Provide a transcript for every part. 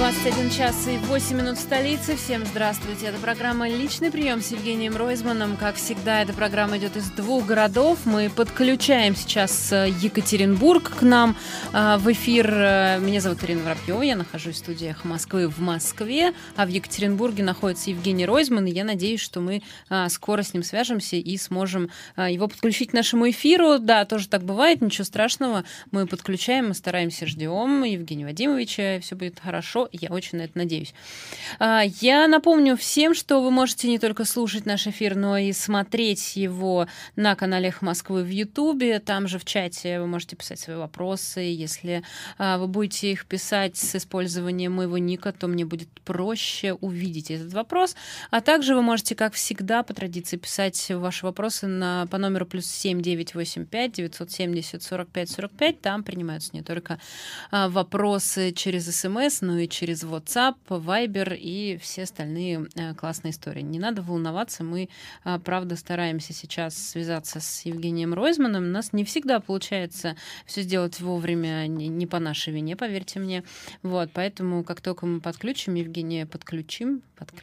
21 час и 8 минут в столице. Всем здравствуйте. Это программа «Личный прием» с Евгением Ройзманом. Как всегда, эта программа идет из двух городов. Мы подключаем сейчас Екатеринбург к нам в эфир. Меня зовут Ирина Воробьева. Я нахожусь в студиях Москвы в Москве. А в Екатеринбурге находится Евгений Ройзман. И я надеюсь, что мы скоро с ним свяжемся и сможем его подключить к нашему эфиру. Да, тоже так бывает. Ничего страшного. Мы подключаем, мы стараемся, ждем Евгения Вадимовича. Все будет хорошо. Я очень на это надеюсь. Я напомню всем, что вы можете не только слушать наш эфир, но и смотреть его на канале «Эхо Москвы» в Ютубе. Там же в чате вы можете писать свои вопросы. Если вы будете их писать с использованием моего ника, то мне будет проще увидеть этот вопрос. А также вы можете, как всегда, по традиции писать ваши вопросы по номеру +7 985 970 45 45. Там принимаются не только вопросы через СМС, но и через WhatsApp, Viber и все остальные классные истории. Не надо волноваться, мы, правда, стараемся сейчас связаться с Евгением Ройзманом. У нас не всегда получается все сделать вовремя, не по нашей вине, поверьте мне. Вот, поэтому, как только мы подключим Евгения, подключим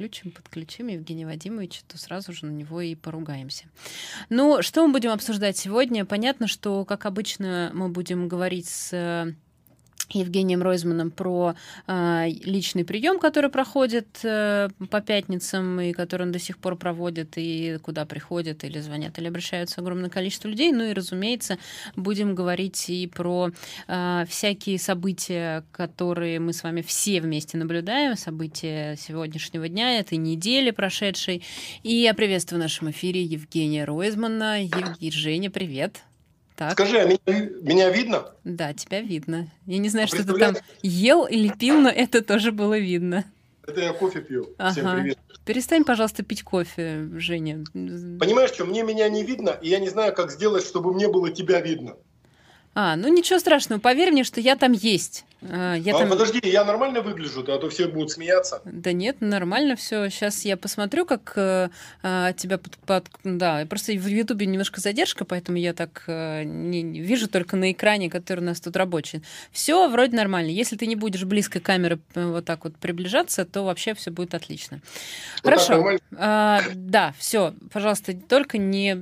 Евгения Вадимовича, то сразу же на него и поругаемся. Ну, что мы будем обсуждать сегодня? Понятно, что, как обычно, мы будем говорить с Евгением Ройзманом про личный прием, который проходит по пятницам, и который он до сих пор проводит, и куда приходят, или звонят, или обращаются огромное количество людей. Ну и, разумеется, будем говорить и про всякие события, которые мы с вами все вместе наблюдаем, события сегодняшнего дня, этой недели прошедшей. И я приветствую в нашем эфире Евгения Ройзмана. Женя, привет. Так. Скажи, а меня видно? Да, тебя видно. Я не знаю, что ты там ел или пил, но это тоже было видно. Это я кофе пью. Ага. Всем привет. Перестань, пожалуйста, пить кофе, Женя. Понимаешь, что меня не видно, и я не знаю, как сделать, чтобы мне было тебя видно. Ну ничего страшного, поверь мне, что я там есть. Подожди, я нормально выгляжу, а то все будут смеяться. Да нет, нормально все. Сейчас я посмотрю, как тебя Да, просто в Ютубе немножко задержка, поэтому я так не вижу только на экране, который у нас тут рабочий. Все вроде нормально. Если ты не будешь близко к камере вот так вот приближаться, то вообще все будет отлично. Вот хорошо. Да, все, пожалуйста, только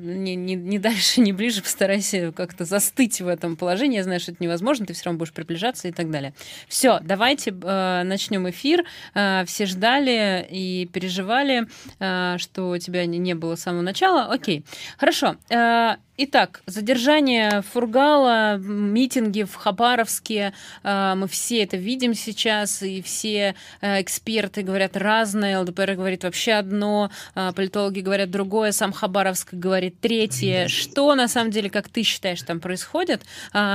не дальше, не ближе, постарайся как-то застыть в этом положении. Я знаю, что это невозможно, ты все равно будешь приближаться и так далее. Все, давайте начнем эфир. Все ждали и переживали, что тебя не было с самого начала. Окей, хорошо. Итак, задержание Фургала, митинги в Хабаровске, мы все это видим сейчас, и все эксперты говорят разное, ЛДПР говорит вообще одно, политологи говорят другое, сам Хабаровск говорит третье. Что на самом деле, как ты считаешь, там происходит?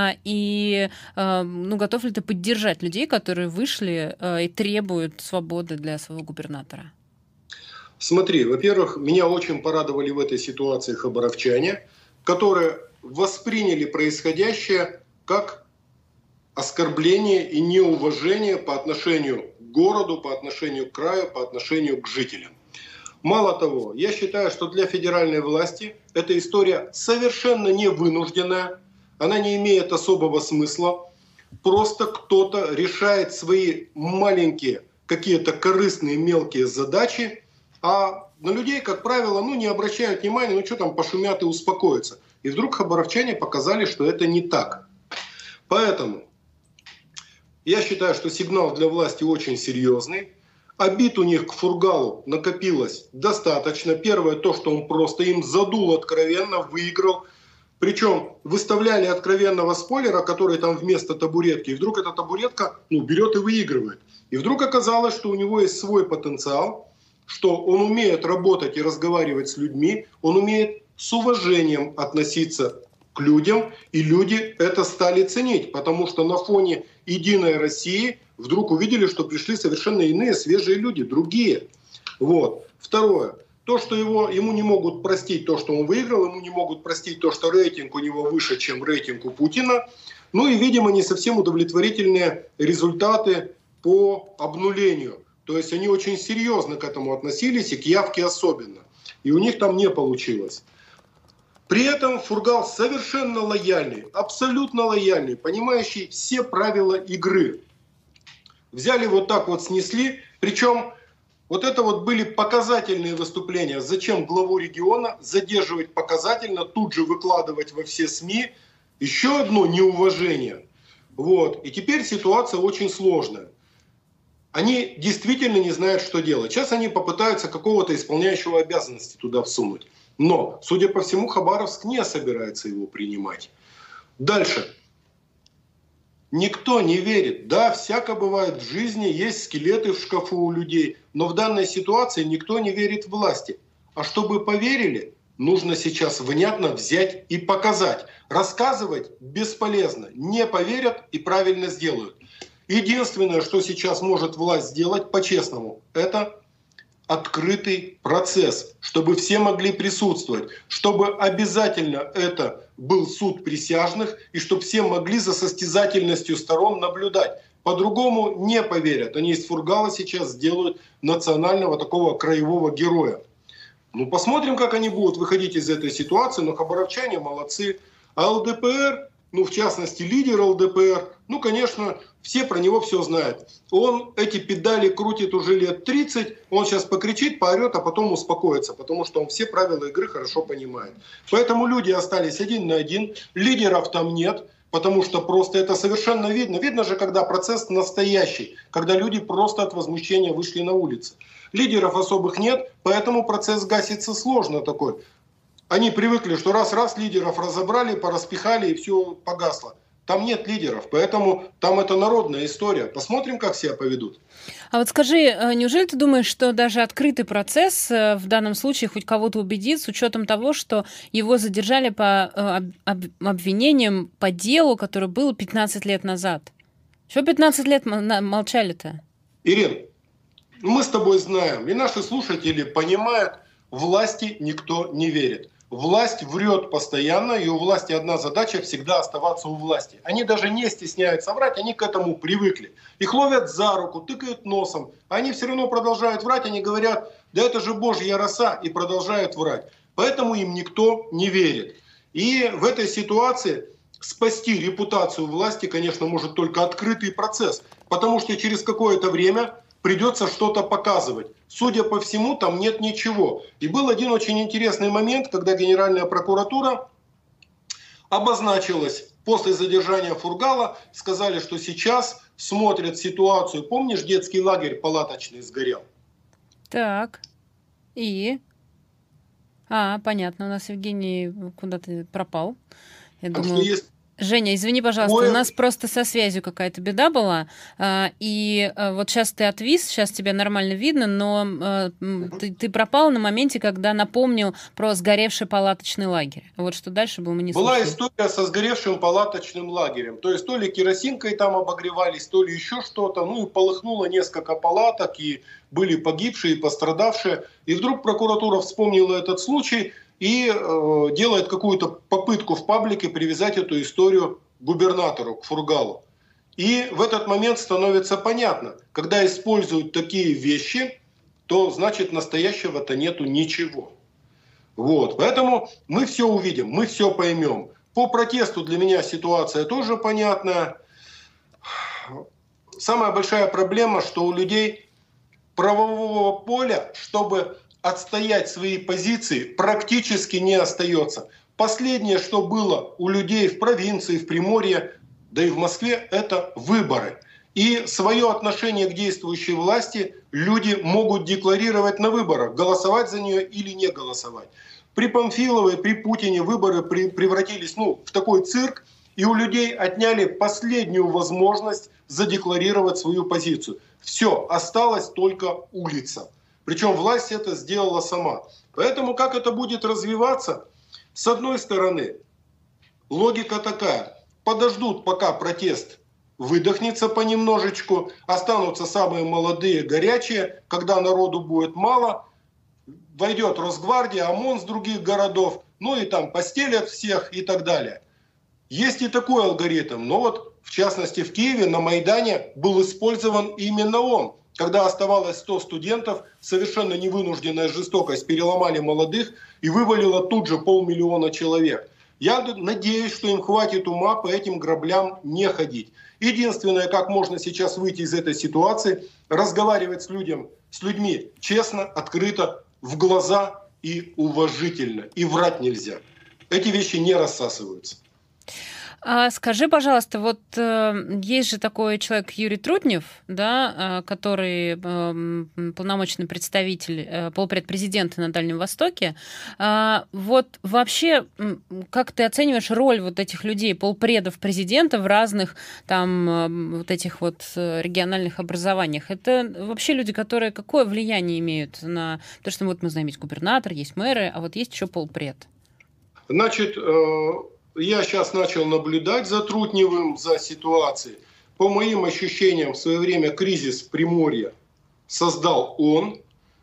И готов ли ты поддержать людей, которые вышли и требуют свободы для своего губернатора? Смотри, во-первых, меня очень порадовали в этой ситуации хабаровчане, которые восприняли происходящее как оскорбление и неуважение по отношению к городу, по отношению к краю, по отношению к жителям. Мало того, я считаю, что для федеральной власти эта история совершенно не вынужденная, она не имеет особого смысла. Просто кто-то решает свои маленькие, какие-то корыстные мелкие задачи, а на людей, как правило, не обращают внимания, что там, пошумят и успокоятся. И вдруг хабаровчане показали, что это не так. Поэтому я считаю, что сигнал для власти очень серьезный. Обид у них к Фургалу накопилось достаточно. Первое, то, что он просто им задул откровенно, выиграл. Причем выставляли откровенного спойлера, который там вместо табуретки. И вдруг эта табуретка берет и выигрывает. И вдруг оказалось, что у него есть свой потенциал, что он умеет работать и разговаривать с людьми, он умеет с уважением относиться к людям, и люди это стали ценить, потому что на фоне «Единой России» вдруг увидели, что пришли совершенно иные, свежие люди, другие. Вот. Второе. То, что ему не могут простить то, что он выиграл, ему не могут простить то, что рейтинг у него выше, чем рейтинг у Путина. Ну и, видимо, не совсем удовлетворительные результаты по обнулению. То есть они очень серьезно к этому относились, и к явке особенно. И у них там не получилось. При этом Фургал совершенно лояльный, абсолютно лояльный, понимающий все правила игры. взяли вот так вот снесли, причем вот это вот были показательные выступления. Зачем главу региона задерживать показательно, тут же выкладывать во все СМИ? Еще одно неуважение. Вот. И теперь ситуация очень сложная. Они действительно не знают, что делать. Сейчас они попытаются какого-то исполняющего обязанности туда всунуть. Но, судя по всему, Хабаровск не собирается его принимать. Дальше. Никто не верит. Да, всяко бывает в жизни, есть скелеты в шкафу у людей, но в данной ситуации никто не верит власти. А чтобы поверили, нужно сейчас внятно взять и показать. Рассказывать бесполезно. Не поверят и правильно сделают. Единственное, что сейчас может власть сделать по-честному, это открытый процесс, чтобы все могли присутствовать, чтобы обязательно это был суд присяжных и чтобы все могли за состязательностью сторон наблюдать. По-другому не поверят. Они из Фургала сейчас сделают национального такого краевого героя. Ну, посмотрим, как они будут выходить из этой ситуации, но хабаровчане молодцы. А ЛДПР, ну, в частности, лидер ЛДПР, ну, конечно, все про него все знают. Он эти педали крутит уже лет 30, он сейчас покричит, поорет, а потом успокоится, потому что он все правила игры хорошо понимает. Поэтому люди остались один на один, лидеров там нет, потому что просто это совершенно видно. Видно же, когда процесс настоящий, когда люди просто от возмущения вышли на улицы. Лидеров особых нет, поэтому процесс гасится сложно такой. Они привыкли, что раз-раз лидеров разобрали, пораспихали и все погасло. Там нет лидеров, поэтому там это народная история. Посмотрим, как себя поведут. А вот скажи, неужели ты думаешь, что даже открытый процесс в данном случае хоть кого-то убедит, с учетом того, что его задержали по обвинениям по делу, которое было 15 лет назад? Чего 15 лет молчали-то? Ирин, мы с тобой знаем, и наши слушатели понимают, власти никто не верит. Власть врет постоянно, и у власти одна задача — всегда оставаться у власти. Они даже не стесняются врать, они к этому привыкли. Их ловят за руку, тыкают носом. Они все равно продолжают врать, они говорят, да это же божья роса, и продолжают врать. Поэтому им никто не верит. И в этой ситуации спасти репутацию власти, конечно, может только открытый процесс. Потому что через какое-то время придется что-то показывать. Судя по всему, там нет ничего. И был один очень интересный момент, когда Генеральная прокуратура обозначилась после задержания Фургала, сказали, что сейчас смотрят ситуацию. Помнишь, детский лагерь палаточный сгорел? Так, и? Понятно, у нас Евгений куда-то пропал. Я думаю... Женя, извини, пожалуйста, у нас просто со связью какая-то беда была, и вот сейчас ты отвис, сейчас тебя нормально видно, но ты пропал на моменте, когда напомнил про сгоревший палаточный лагерь. Вот что дальше было, мы не слышали. Была история со сгоревшим палаточным лагерем, то есть то ли керосинкой там обогревались, то ли еще что-то, ну и полыхнуло несколько палаток, и были погибшие, и пострадавшие, и вдруг прокуратура вспомнила этот случай, и делает какую-то попытку в паблике привязать эту историю к губернатору, к Фургалу. И в этот момент становится понятно, когда используют такие вещи, то значит настоящего-то нету ничего. Вот. Поэтому мы все увидим, мы все поймем. По протесту для меня ситуация тоже понятная. Самая большая проблема, что у людей правового поля, чтобы отстоять свои позиции, практически не остается. Последнее, что было у людей в провинции, в Приморье, да и в Москве, это выборы. И свое отношение к действующей власти люди могут декларировать на выборах, голосовать за нее или не голосовать. При Памфиловой, при Путине выборы превратились в такой цирк, и у людей отняли последнюю возможность задекларировать свою позицию. Все, осталась только улица. Причем власть это сделала сама. Поэтому как это будет развиваться? С одной стороны, логика такая. Подождут, пока протест выдохнется понемножечку, останутся самые молодые, горячие. Когда народу будет мало, войдет Росгвардия, ОМОН с других городов, ну и там постелят всех и так далее. Есть и такой алгоритм. Но вот, в частности, в Киеве на Майдане был использован именно он. Когда оставалось 100 студентов, совершенно невынужденная жестокость переломали молодых и вывалила тут же 500 000 человек. Я надеюсь, что им хватит ума по этим граблям не ходить. Единственное, как можно сейчас выйти из этой ситуации, разговаривать с людьми честно, открыто, в глаза и уважительно. И врать нельзя. Эти вещи не рассасываются. Скажи, пожалуйста, вот есть же такой человек Юрий Трутнев, да, который полномочный представитель, полпред президента на Дальнем Востоке. Вот вообще, как ты оцениваешь роль вот этих людей, полпредов президента в разных там вот этих вот региональных образованиях? Это вообще люди, которые какое влияние имеют на... Потому что вот мы знаем, есть губернатор, есть мэры, а вот есть еще полпред. Значит, я сейчас начал наблюдать за Трутневым, за ситуацией. По моим ощущениям, в свое время кризис Приморья создал он.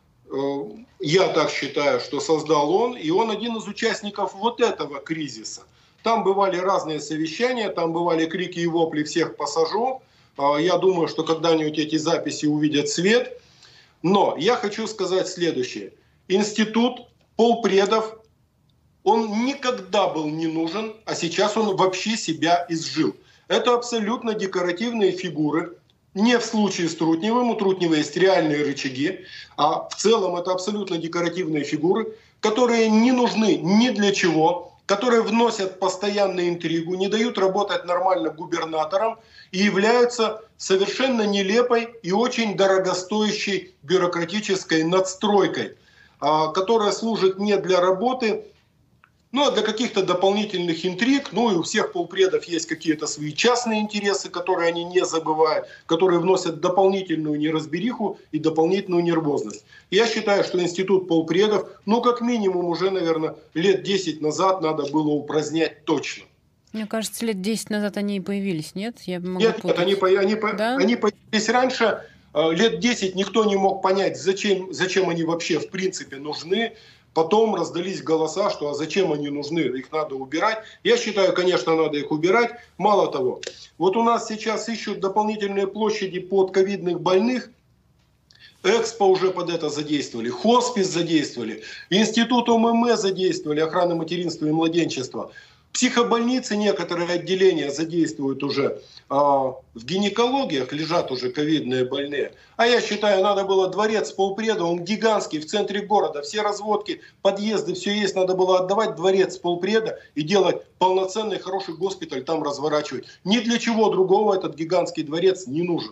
Я так считаю, что создал он. И он один из участников вот этого кризиса. Там бывали разные совещания, там бывали крики и вопли «всех посажу». Я думаю, что когда-нибудь эти записи увидят свет. Но я хочу сказать следующее. Институт полпредов, он никогда был не нужен, а сейчас он вообще себя изжил. Это абсолютно декоративные фигуры. Не в случае с Трутневым, у Трутнева есть реальные рычаги, а в целом это абсолютно декоративные фигуры, которые не нужны ни для чего, которые вносят постоянную интригу, не дают работать нормально губернаторам и являются совершенно нелепой и очень дорогостоящей бюрократической надстройкой, которая служит не для работы, ну, а для каких-то дополнительных интриг. Ну, и у всех полпредов есть какие-то свои частные интересы, которые они не забывают, которые вносят дополнительную неразбериху и дополнительную нервозность. Я считаю, что институт полпредов, ну, как минимум, уже, наверное, лет 10 назад надо было упразднять точно. Мне кажется, лет 10 назад они и появились, нет? Нет, они появились раньше. Лет 10 никто не мог понять, зачем они вообще в принципе нужны. Потом раздались голоса, что а зачем они нужны, их надо убирать. Я считаю, конечно, надо их убирать. Мало того, вот у нас сейчас ищут дополнительные площади под ковидных больных. Экспо уже под это задействовали, хоспис задействовали, институт ОММ задействовали, охраны материнства и младенчества. Психобольницы некоторые отделения задействуют уже. В гинекологиях лежат уже ковидные больные. А я считаю, надо было дворец полпреда, он гигантский, в центре города. Все разводки, подъезды, все есть. Надо было отдавать дворец полпреда и делать полноценный хороший госпиталь там разворачивать. Ни для чего другого этот гигантский дворец не нужен.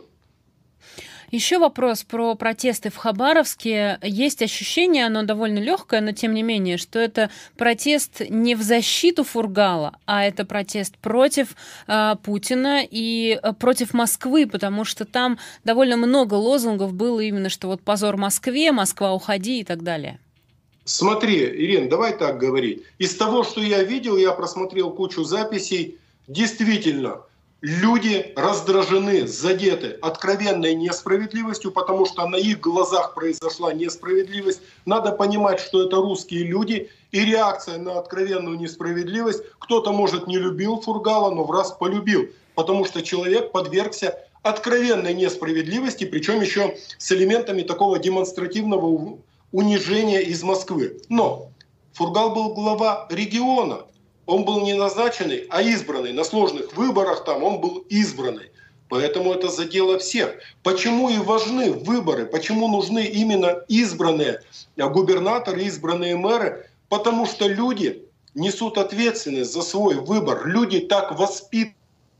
Еще вопрос про протесты в Хабаровске. Есть ощущение, оно довольно легкое, но тем не менее, что это протест не в защиту Фургала, а это протест против Путина и против Москвы, потому что там довольно много лозунгов было именно, что вот позор Москве, Москва, уходи и так далее. Смотри, Ирина, давай так говорить. Из того, что я видел, я просмотрел кучу записей, действительно, люди раздражены, задеты откровенной несправедливостью, потому что на их глазах произошла несправедливость. Надо понимать, что это русские люди, и реакция на откровенную несправедливость. Кто-то, может, не любил Фургала, но в раз полюбил, потому что человек подвергся откровенной несправедливости, причем еще с элементами такого демонстративного унижения из Москвы. Но Фургал был глава региона. Он был не назначенный, а избранный. На сложных выборах там он был избранный. Поэтому это задело всех. Почему и важны выборы? Почему нужны именно избранные губернаторы, избранные мэры? Потому что люди несут ответственность за свой выбор. Люди так воспитаны.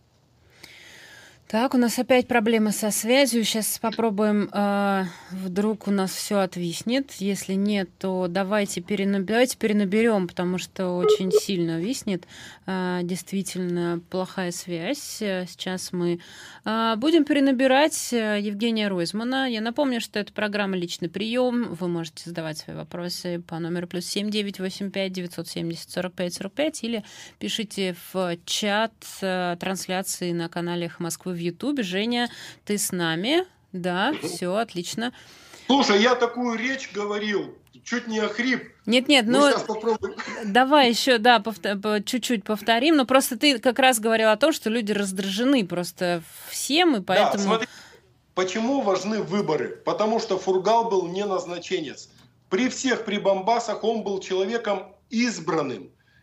Так, у нас опять проблемы со связью. Сейчас попробуем, вдруг у нас все отвиснет. Если нет, то давайте перенаберем, потому что очень сильно виснет. Действительно плохая связь. Сейчас мы будем перенабирать Евгения Ройзмана. Я напомню, что это программа «Личный прием». Вы можете задавать свои вопросы по номеру +7 985 970 45 45 или пишите в чат трансляции на канале «Эхо Москвы» в Ютубе. Женя, ты с нами? Да, все, отлично. Слушай, я такую речь говорил, чуть не охрип. Нет, ну давай еще, да, чуть-чуть повторим. Но просто ты как раз говорил о том, что люди раздражены просто всем, и поэтому... Да, смотри, почему важны выборы? Потому что Фургал был не назначенец. При всех прибамбасах он был человеком избранным.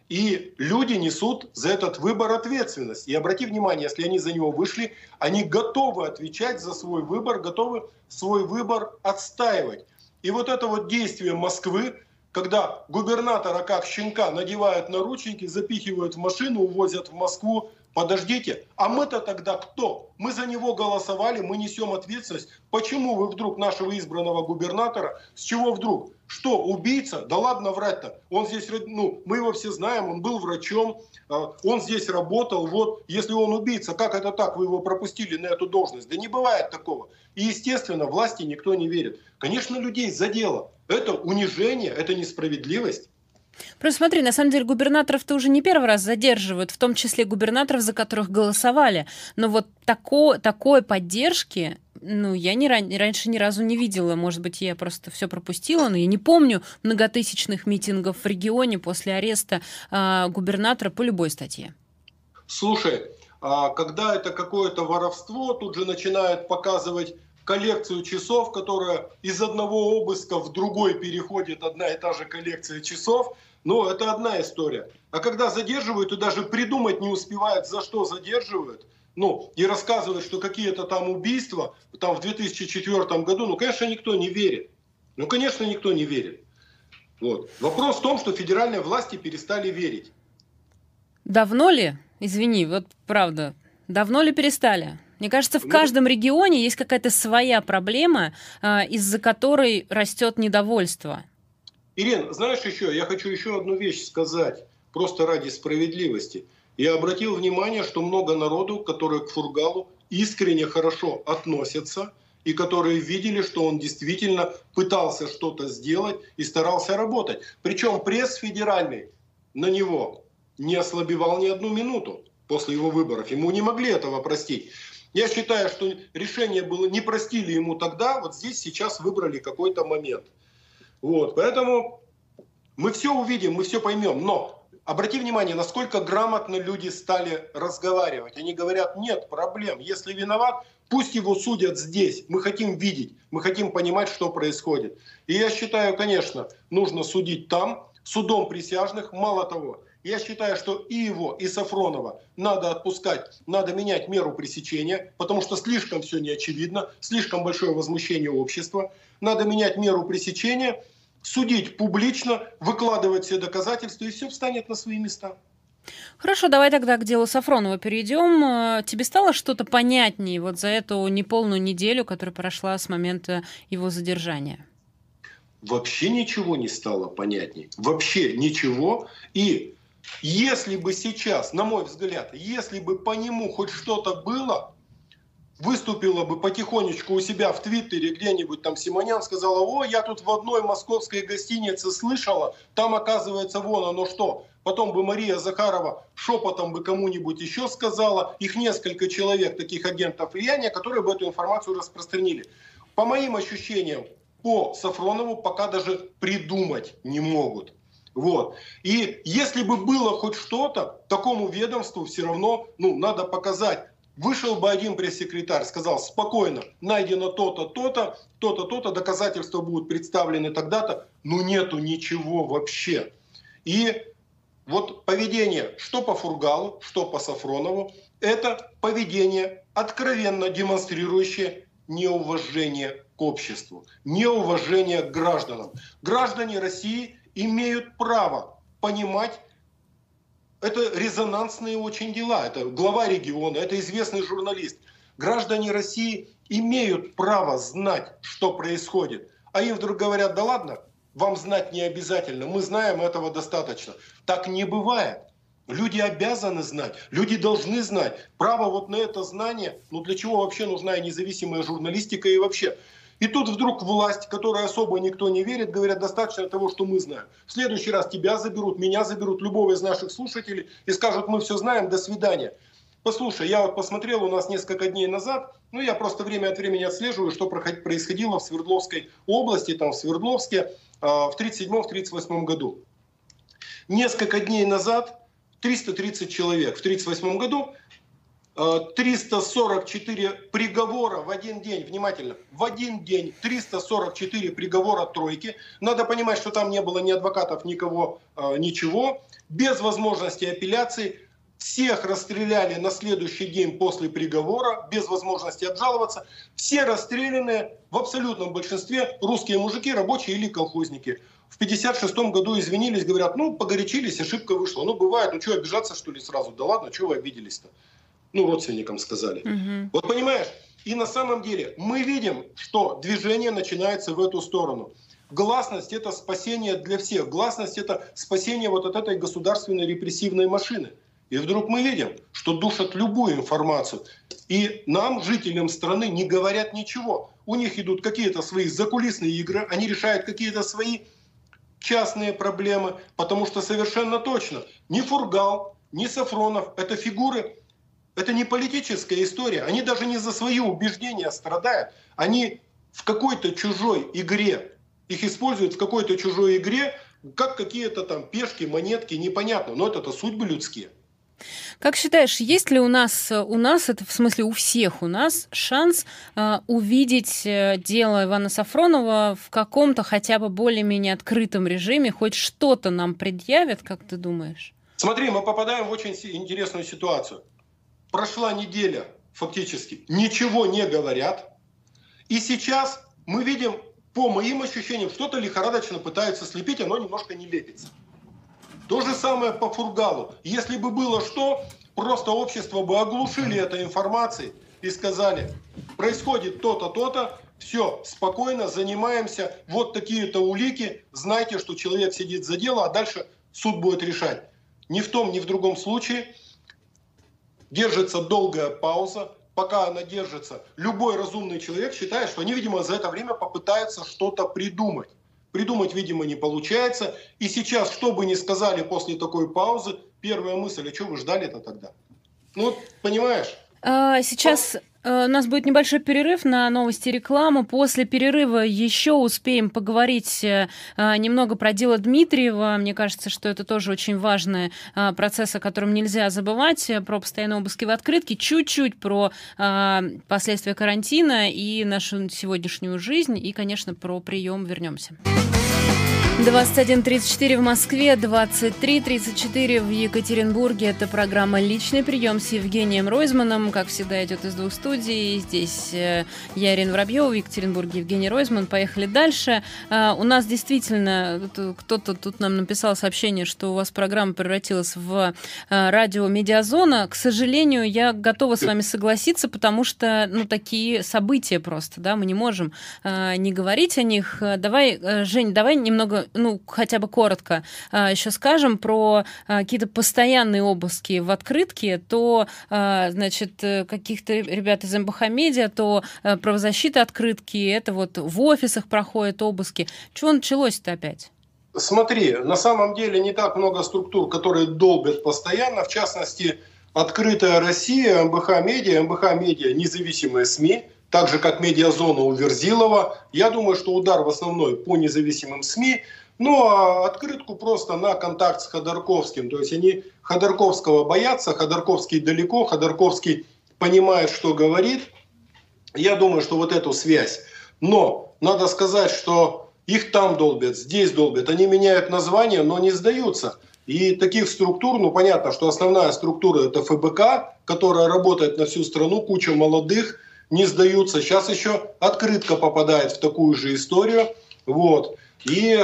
И люди несут за этот выбор ответственность. И обрати внимание, если они за него вышли, они готовы отвечать за свой выбор, готовы свой выбор отстаивать. И вот это вот действие Москвы, когда губернатора как щенка надевают наручники, запихивают в машину, увозят в Москву. Подождите, а мы-то тогда кто? Мы за него голосовали, мы несем ответственность. Почему вы вдруг нашего избранного губернатора, с чего вдруг? Что, убийца? Да ладно врать-то. Он здесь, мы его все знаем, он был врачом, он здесь работал. Вот, если он убийца, как это так? Вы его пропустили на эту должность? Да не бывает такого. И, естественно, власти никто не верит. Конечно, людей задело. Это унижение, это несправедливость. Просто смотри, на самом деле губернаторов-то уже не первый раз задерживают, в том числе губернаторов, за которых голосовали. Но вот такой поддержки, я раньше ни разу не видела. Может быть, я просто все пропустила, но я не помню многотысячных митингов в регионе после ареста губернатора по любой статье. Слушай, когда это какое-то воровство, тут же начинают показывать коллекцию часов, которая из одного обыска в другой переходит, одна и та же коллекция часов. Но это одна история. А когда задерживают и даже придумать не успевают, за что задерживают, и рассказывают, что какие-то там убийства, там в 2004 году, конечно, никто не верит. Конечно, никто не верит. Вот. Вопрос в том, что федеральные власти перестали верить. Давно ли? Извини, вот правда. Давно ли перестали? Мне кажется, в каждом регионе есть какая-то своя проблема, из-за которой растет недовольство. Ирина, знаешь еще, я хочу еще одну вещь сказать, просто ради справедливости. Я обратил внимание, что много народу, которые к Фургалу искренне хорошо относятся, и которые видели, что он действительно пытался что-то сделать и старался работать. Причем пресс федеральный на него не ослабевал ни одну минуту после его выборов. Ему не могли этого простить. Я считаю, что решение было, не простили ему тогда, вот здесь сейчас выбрали какой-то момент. Вот, поэтому мы все увидим, мы все поймем. Но обрати внимание, насколько грамотно люди стали разговаривать. Они говорят, нет проблем, если виноват, пусть его судят здесь. Мы хотим видеть, мы хотим понимать, что происходит. И я считаю, конечно, нужно судить там, судом присяжных. Мало того, я считаю, что и его, и Сафронова надо отпускать, надо менять меру пресечения, потому что слишком все неочевидно, слишком большое возмущение общества. Надо менять меру пресечения, судить публично, выкладывать все доказательства, и все встанет на свои места. Хорошо, давай тогда к делу Сафронова перейдем. Тебе стало что-то понятнее вот за эту неполную неделю, которая прошла с момента его задержания? Вообще ничего не стало понятнее. Вообще ничего. И если бы сейчас, на мой взгляд, если бы по нему хоть что-то было, выступила бы потихонечку у себя в Твиттере где-нибудь там Симонян, сказала, о, я тут в одной московской гостинице слышала, там оказывается вон оно что. Потом бы Мария Захарова шепотом бы кому-нибудь еще сказала, их несколько человек, таких агентов влияния, которые бы эту информацию распространили. По моим ощущениям, по Сафронову пока даже придумать не могут. Вот. И если бы было хоть что-то, такому ведомству все равно надо показать. Вышел бы один пресс-секретарь, сказал спокойно, найдено то-то, то-то, то-то, то-то, доказательства будут представлены тогда-то. Нету ничего вообще. И вот поведение, что по Фургалу, что по Сафронову, это поведение, откровенно демонстрирующее неуважение к обществу, неуважение к гражданам. Граждане России имеют право понимать, это резонансные очень дела, это глава региона, это известный журналист. Граждане России имеют право знать, что происходит. А им вдруг говорят, да ладно, вам знать не обязательно, мы знаем, этого достаточно. Так не бывает. Люди обязаны знать, люди должны знать. Право вот на это знание, для чего вообще нужна и независимая журналистика и вообще. И тут вдруг власть, которой особо никто не верит, говорят, достаточно того, что мы знаем. В следующий раз тебя заберут, меня заберут, любого из наших слушателей и скажут, мы все знаем, до свидания. Послушай, я вот посмотрел у нас несколько дней назад, я просто время от времени отслеживаю, что происходило в Свердловской области, там в Свердловске в 1937-1938 году. Несколько дней назад 330 человек, в 1938 году 344 приговора в один день, внимательно, в один день 344 приговора тройки. Надо понимать, что там не было ни адвокатов, никого, ничего. Без возможности апелляции. Всех расстреляли на следующий день после приговора, без возможности обжаловаться. Все расстрелянные в абсолютном большинстве русские мужики, рабочие или колхозники. В 1956 году извинились, говорят, ну, погорячились, ошибка вышла. Ну, бывает, ну, что, обижаться, что ли, сразу? Да ладно, что вы обиделись-то? Ну, родственникам сказали. Вот понимаешь, и на самом деле мы видим, что движение начинается в эту сторону. Гласность – это спасение для всех. Гласность – это спасение вот от этой государственной репрессивной машины. И вдруг мы видим, что душат любую информацию. И нам, жителям страны, не говорят ничего. У них идут какие-то свои закулисные игры, они решают какие-то свои частные проблемы. Потому что совершенно точно ни Фургал, ни Сафронов – это фигуры, это не политическая история. Они даже не за свои убеждения страдают. Они в какой-то чужой игре, их используют в какой-то чужой игре, как какие-то там пешки, монетки, непонятно. Но это судьбы людские. Как считаешь, есть ли у нас, это в смысле у всех у нас, шанс увидеть дело Ивана Сафронова в каком-то хотя бы более-менее открытом режиме? Хоть что-то нам предъявят, как ты думаешь? Смотри, мы попадаем в очень интересную ситуацию. Прошла неделя, фактически, ничего не говорят. И сейчас мы видим, по моим ощущениям, что-то лихорадочно пытаются слепить, оно немножко не лепится. То же самое по Фургалу. Если бы было что, просто общество бы оглушили этой информацией и сказали, происходит то-то, то-то, все, спокойно занимаемся, вот такие-то улики, знайте, что человек сидит за дело, а дальше суд будет решать. Ни в том, ни в другом случае держится долгая пауза. Пока она держится, любой разумный человек считает, что они, видимо, за это время попытаются что-то придумать. Придумать, видимо, не получается. И сейчас, что бы ни сказали после такой паузы, первая мысль, а что вы ждали-то тогда? Ну, понимаешь? Сейчас у нас будет небольшой перерыв на новости и рекламу. После перерыва еще успеем поговорить немного про дело Дмитриева. Мне кажется, что это тоже очень важный процесс, о котором нельзя забывать. Про постоянные обыски в открытке, чуть-чуть про последствия карантина и нашу сегодняшнюю жизнь. И, конечно, про прием вернемся. 21:34 в Москве, 23:34 в Екатеринбурге. Это программа «Личный прием» с Евгением Ройзманом. Как всегда, идет из двух студий. Здесь я, Ирина Воробьева, в Екатеринбурге Евгений Ройзман. Поехали дальше. У нас действительно, кто-то тут нам написал сообщение, что у вас программа превратилась в радио «Медиазона». К сожалению, я готова с вами согласиться, потому что, такие события просто, да, мы не можем не говорить о них. Давай, Жень, давай немного, хотя бы коротко еще скажем про какие-то постоянные обыски в открытке, то, каких-то ребят из МБХ Медиа, то правозащита открытки, это вот в офисах проходят обыски. Чего началось-то опять? Смотри, на самом деле не так много структур, которые долбят постоянно, в частности, «Открытая Россия», МБХ Медиа независимые СМИ, так же, как «Медиазона» у Верзилова. Я думаю, что удар в основной по независимым СМИ. Ну, а открытку просто на контакт с Ходорковским. То есть они Ходорковского боятся, Ходорковский далеко, Ходорковский понимает, что говорит. Я думаю, что вот эту связь. Но надо сказать, что их там долбят, здесь долбят. Они меняют название, но не сдаются. И таких структур, понятно, что основная структура – это ФБК, которая работает на всю страну, куча молодых, не сдаются. Сейчас еще открытка попадает в такую же историю. Вот. И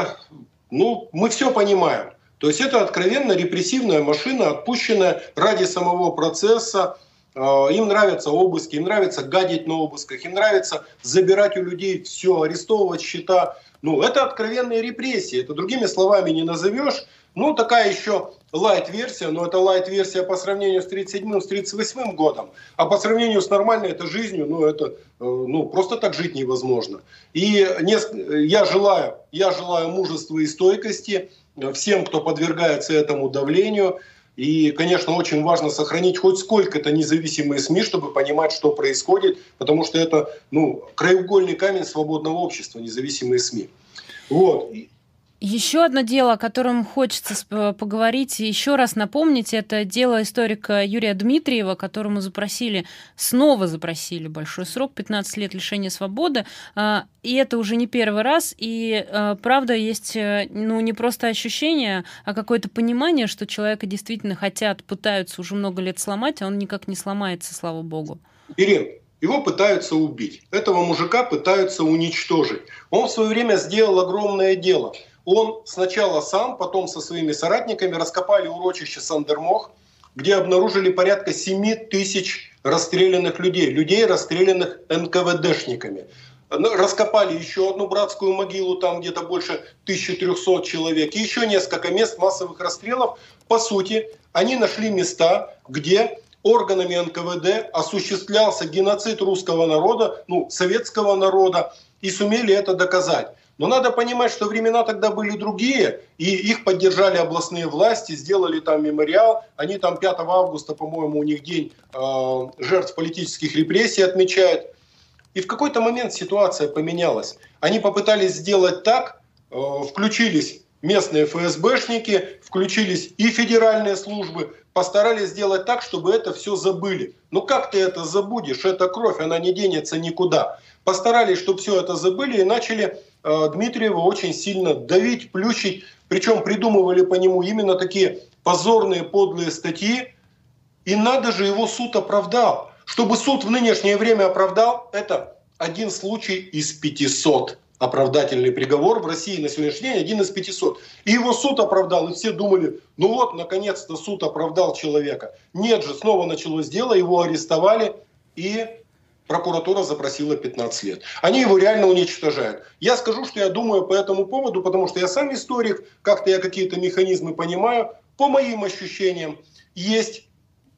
мы все понимаем. То есть это откровенно репрессивная машина, отпущенная ради самого процесса. Им нравятся обыски, им нравится гадить на обысках, им нравится забирать у людей все, арестовывать счета. Это откровенные репрессии. Это другими словами не назовешь. Такая еще лайт-версия, но это лайт-версия по сравнению с 1937-м, с 1938 годом. А по сравнению с нормальной этой жизнью, это просто так жить невозможно. И я желаю мужества и стойкости всем, кто подвергается этому давлению. И, конечно, очень важно сохранить хоть сколько-то независимые СМИ, чтобы понимать, что происходит, потому что это краеугольный камень свободного общества, независимые СМИ. Вот. Еще одно дело, о котором хочется поговорить и еще раз напомнить, это дело историка Юрия Дмитриева, которому снова запросили большой срок, 15 лет лишения свободы. И это уже не первый раз. И правда, есть не просто ощущение, а какое-то понимание, что человека действительно пытаются уже много лет сломать, а он никак не сломается, слава богу. Ирина, его пытаются убить. Этого мужика пытаются уничтожить. Он в свое время сделал огромное дело. Он сначала сам, потом со своими соратниками раскопали урочище Сандермох, где обнаружили порядка 7 тысяч расстрелянных людей, расстрелянных НКВДшниками. Раскопали еще одну братскую могилу, там где-то больше 1300 человек, и еще несколько мест массовых расстрелов. По сути, они нашли места, где органами НКВД осуществлялся геноцид русского народа, советского народа, и сумели это доказать. Но надо понимать, что времена тогда были другие, и их поддержали областные власти, сделали там мемориал. Они там 5 августа, по-моему, у них день жертв политических репрессий отмечают. И в какой-то момент ситуация поменялась. Они попытались сделать так, включились местные ФСБшники, включились и федеральные службы, постарались сделать так, чтобы это все забыли. Ну как ты это забудешь? Это кровь, она не денется никуда. Постарались, чтобы все это забыли, и начали Дмитриева очень сильно давить, плющить. Причем придумывали по нему именно такие позорные, подлые статьи. И надо же, его суд оправдал. Чтобы суд в нынешнее время оправдал, это один случай из 500. Оправдательный приговор в России на сегодняшний день один из 500. И его суд оправдал, и все думали, наконец-то суд оправдал человека. Нет же, снова началось дело, его арестовали, и прокуратура запросила 15 лет. Они его реально уничтожают. Я скажу, что я думаю по этому поводу, потому что я сам историк, как-то я какие-то механизмы понимаю. По моим ощущениям, есть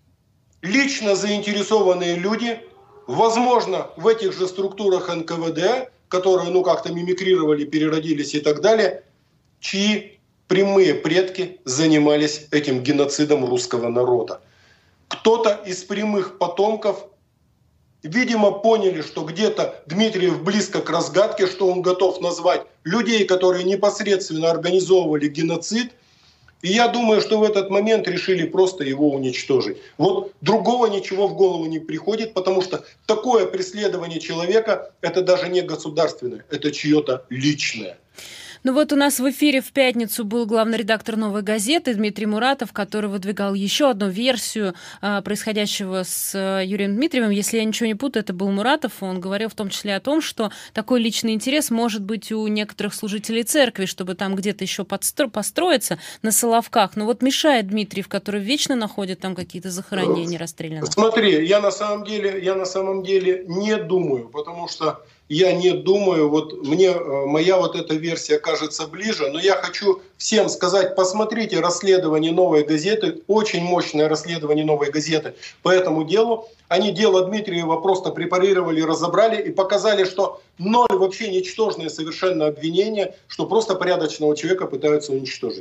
лично заинтересованные люди, возможно, в этих же структурах НКВД, которые как-то мимикрировали, переродились и так далее, чьи прямые предки занимались этим геноцидом русского народа. Кто-то из прямых потомков, видимо, поняли, что где-то Дмитриев близко к разгадке, что он готов назвать людей, которые непосредственно организовывали геноцид. И я думаю, что в этот момент решили просто его уничтожить. Вот другого ничего в голову не приходит, потому что такое преследование человека – это даже не государственное, это чье-то личное. Ну вот у нас в эфире в пятницу был главный редактор «Новой газеты» Дмитрий Муратов, который выдвигал еще одну версию происходящего с Юрием Дмитриевым. Если я ничего не путаю, это был Муратов. Он говорил в том числе о том, что такой личный интерес может быть у некоторых служителей церкви, чтобы там где-то еще построиться на Соловках. Но вот мешает Дмитриев, который вечно находит там какие-то захоронения расстрелянных. Смотри, я на самом деле не думаю, потому что я не думаю, мне моя эта версия кажется ближе, но я хочу всем сказать, посмотрите расследование «Новой газеты», очень мощное расследование «Новой газеты» по этому делу. Они дело Дмитриева просто препарировали, разобрали и показали, что ноль вообще ничтожные совершенно обвинения, что просто порядочного человека пытаются уничтожить.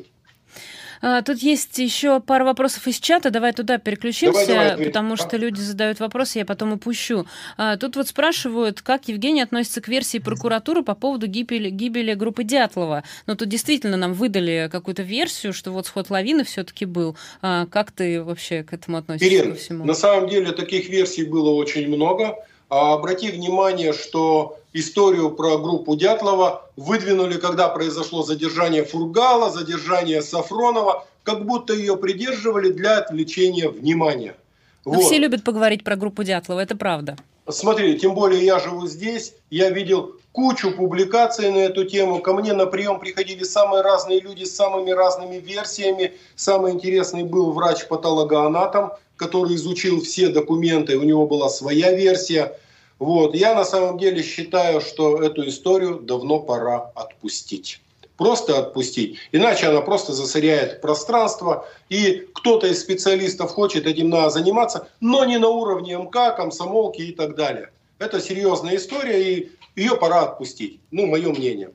Тут есть еще пара вопросов из чата. Давай туда переключимся, давай, потому что люди задают вопросы, я потом упущу. Тут спрашивают, как Евгений относится к версии прокуратуры по поводу гибели группы Дятлова. Но тут действительно нам выдали какую-то версию, что сход лавины все-таки был. Как ты вообще к этому относишься? Ирина, ко всему? На самом деле таких версий было очень много. Обрати внимание, что историю про группу Дятлова выдвинули, когда произошло задержание Фургала, задержание Сафронова, как будто ее придерживали для отвлечения внимания. Все любят поговорить про группу Дятлова, это правда. Смотри, тем более я живу здесь, я видел кучу публикаций на эту тему. Ко мне на прием приходили самые разные люди с самыми разными версиями. Самый интересный был врач-патологоанатом, который изучил все документы, у него была своя версия. Я на самом деле считаю, что эту историю давно пора отпустить. Просто отпустить. Иначе она просто засоряет пространство. И кто-то из специалистов хочет этим заниматься, но не на уровне МК, комсомолки и так далее. Это серьезная история, и ее пора отпустить. Мое мнение.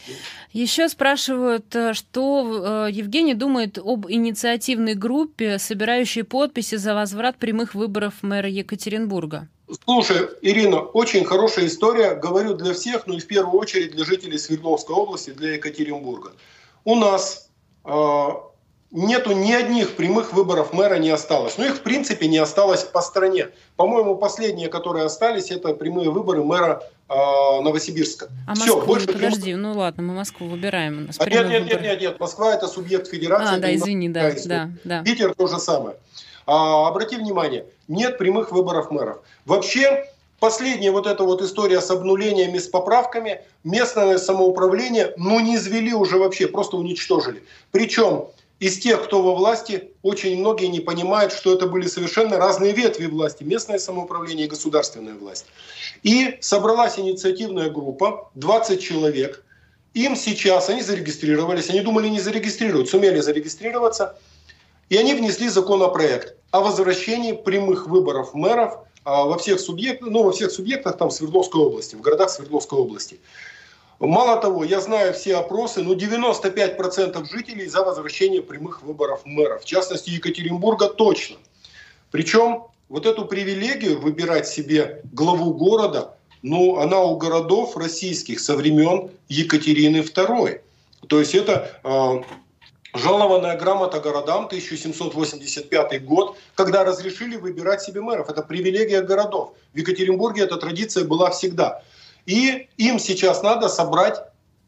Еще спрашивают, что Евгений думает об инициативной группе, собирающей подписи за возврат прямых выборов мэра Екатеринбурга. Слушай, Ирина, очень хорошая история, говорю для всех, но и в первую очередь для жителей Свердловской области, для Екатеринбурга. у нас нету ни одних прямых выборов мэра не осталось. Но их, в принципе, не осталось по стране. По-моему, последние, которые остались, это прямые выборы мэра Новосибирска. А все, Москву, больше подожди, ну ладно, мы Москву выбираем. Нет, Москва это субъект федерации. Да, извини, да. Питер то же самое. Обрати внимание, нет прямых выборов мэров. Вообще, последняя вот эта вот история с обнулениями, с поправками, местное самоуправление, не извели уже вообще, просто уничтожили. Причем из тех, кто во власти, очень многие не понимают, что это были совершенно разные ветви власти, местное самоуправление и государственная власть. И собралась инициативная группа, 20 человек. Им сейчас, они зарегистрировались, они думали не зарегистрировать, сумели зарегистрироваться. И они внесли законопроект о возвращении прямых выборов мэров во всех субъектах там Свердловской области, в городах Свердловской области. Мало того, я знаю все опросы, 95% жителей за возвращение прямых выборов мэров. В частности, Екатеринбурга точно. Причем вот эту привилегию выбирать себе главу города, она у городов российских со времен Екатерины II. То есть это жалованная грамота городам, 1785 год, когда разрешили выбирать себе мэров. Это привилегия городов. В Екатеринбурге эта традиция была всегда. И им сейчас надо собрать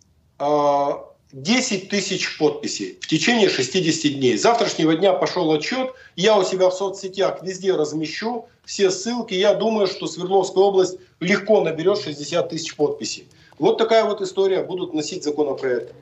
10 тысяч подписей в течение 60 дней. С завтрашнего дня пошел отчет. Я у себя в соцсетях везде размещу все ссылки. Я думаю, что Свердловская область легко наберет 60 тысяч подписей. Вот такая вот история. Будут носить законопроект.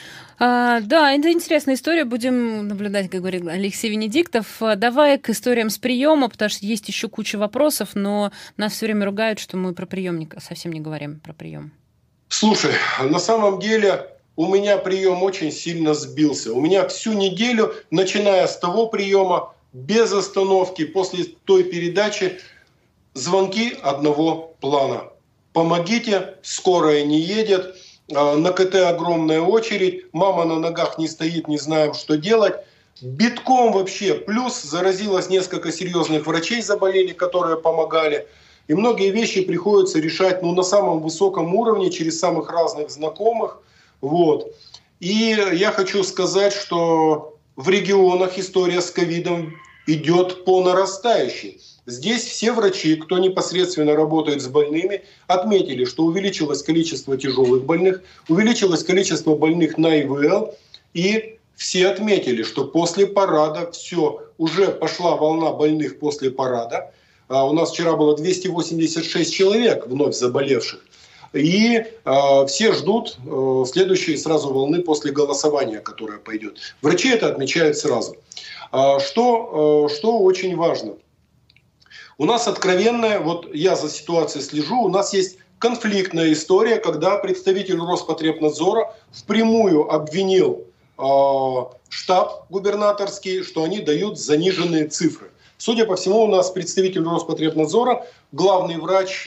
Да, это интересная история. Будем наблюдать, как говорил Алексей Венедиктов. Давай к историям с приема, потому что есть еще куча вопросов, но нас все время ругают, что мы про приемника совсем не говорим про прием. Слушай, на самом деле у меня прием очень сильно сбился. У меня всю неделю, начиная с того приема, без остановки, после той передачи, звонки одного плана. Помогите, скорая не едет. На КТ огромная очередь, мама на ногах не стоит, не знаем, что делать. Битком вообще. Плюс заразилось несколько серьезных врачей, заболели, которые помогали. И многие вещи приходится решать на самом высоком уровне, через самых разных знакомых. Вот. И я хочу сказать, что в регионах история с ковидом идет по нарастающей. Здесь все врачи, кто непосредственно работает с больными, отметили, что увеличилось количество тяжелых больных, увеличилось количество больных на ИВЛ, и все отметили, что после парада все, уже пошла волна больных после парада. У нас вчера было 286 человек вновь заболевших. И все ждут следующей сразу волны после голосования, которая пойдет. Врачи это отмечают сразу. Что очень важно. У нас откровенная, вот я за ситуацией слежу, у нас есть конфликтная история, когда представитель Роспотребнадзора впрямую обвинил штаб губернаторский, что они дают заниженные цифры. Судя по всему, у нас представитель Роспотребнадзора, главный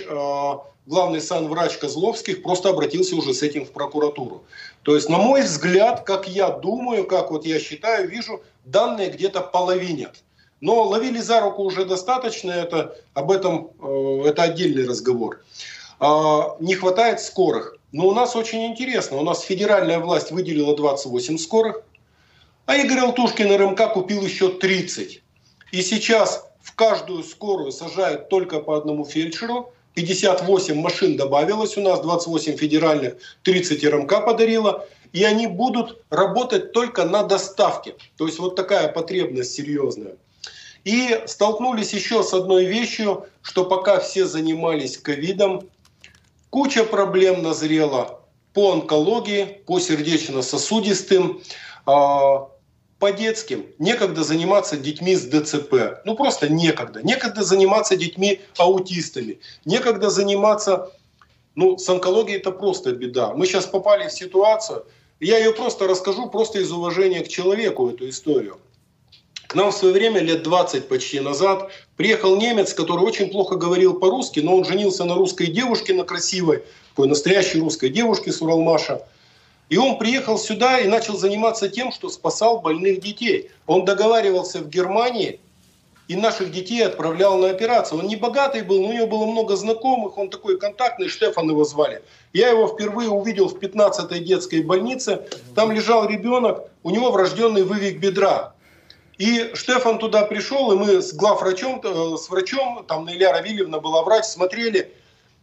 санврач Козловских просто обратился уже с этим в прокуратуру. То есть, на мой взгляд, как я думаю, как вот я считаю, вижу, данные где-то половинят. Но ловили за руку уже достаточно, это отдельный разговор. Не хватает скорых. Но у нас очень интересно, у нас федеральная власть выделила 28 скорых, а Игорь Алтушкин РМК купил еще 30. И сейчас в каждую скорую сажают только по одному фельдшеру, 58 машин добавилось у нас, 28 федеральных, 30 РМК подарила. И они будут работать только на доставке. То есть вот такая потребность серьезная. И столкнулись еще с одной вещью, что пока все занимались ковидом, куча проблем назрела по онкологии, по сердечно-сосудистым, по детским. Некогда заниматься детьми с ДЦП. Просто некогда. Некогда заниматься детьми-аутистами. Некогда заниматься... с онкологией это просто беда. Мы сейчас попали в ситуацию, я ее просто расскажу, просто из уважения к человеку, эту историю. К нам в свое время, лет 20 почти назад, приехал немец, который очень плохо говорил по-русски, но он женился на русской девушке, на красивой, такой настоящей русской девушке с Уралмаша. И он приехал сюда и начал заниматься тем, что спасал больных детей. Он договаривался в Германии и наших детей отправлял на операцию. Он не богатый был, но у него было много знакомых, он такой контактный, Штефан его звали. Я его впервые увидел в 15-й детской больнице, там лежал ребенок, у него врожденный вывих бедра. И Штефан туда пришел, и мы с главврачом, с врачом, там Наиля Равильевна была врач, смотрели,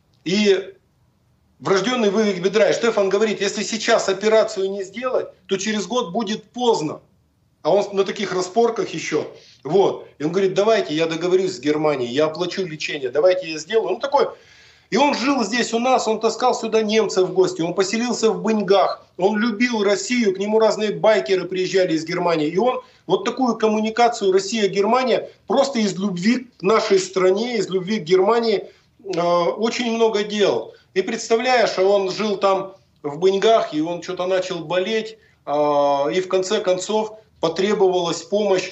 и врожденный вывих бедра. И Штефан говорит, если сейчас операцию не сделать, то через год будет поздно. А он на таких распорках еще. Вот. И он говорит, давайте я договорюсь с Германией, я оплачу лечение, давайте я сделаю. Он такой... И он жил здесь у нас, он таскал сюда немцев в гости, он поселился в Быньгах, он любил Россию, к нему разные байкеры приезжали из Германии. И он вот такую коммуникацию Россия-Германия просто из любви к нашей стране, из любви к Германии очень много делал. И представляешь, он жил там в Быньгах, и он что-то начал болеть, и в конце концов потребовалась помощь.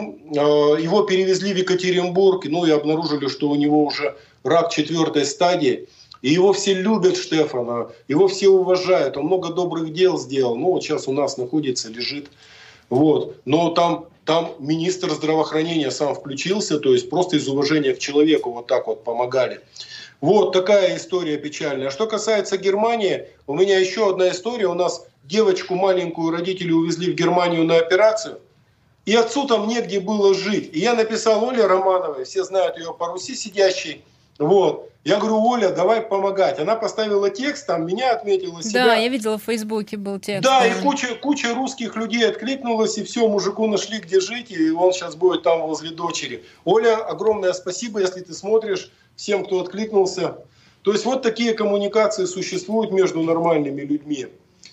Его перевезли в Екатеринбург, ну и обнаружили, что у него уже рак 4-й стадии. И его все любят, Штефана, его все уважают. Он много добрых дел сделал. Ну вот сейчас у нас находится, лежит. Вот. Но там министр здравоохранения сам включился, то есть просто из уважения к человеку вот так вот помогали. Вот такая история печальная. А что касается Германии, у меня еще одна история. У нас девочку маленькую родители увезли в Германию на операцию. И отцу там негде было жить. И я написал Оле Романовой, все знают ее по Руси сидящей. Вот. Я говорю, Оля, давай помогать. Она поставила текст, там меня отметила, себя. Да, я видела, в Фейсбуке был текст. Да, и куча русских людей откликнулась, и все, мужику нашли, где жить, и он сейчас будет там возле дочери. Оля, огромное спасибо, если ты смотришь, всем, кто откликнулся. То есть вот такие коммуникации существуют между нормальными людьми.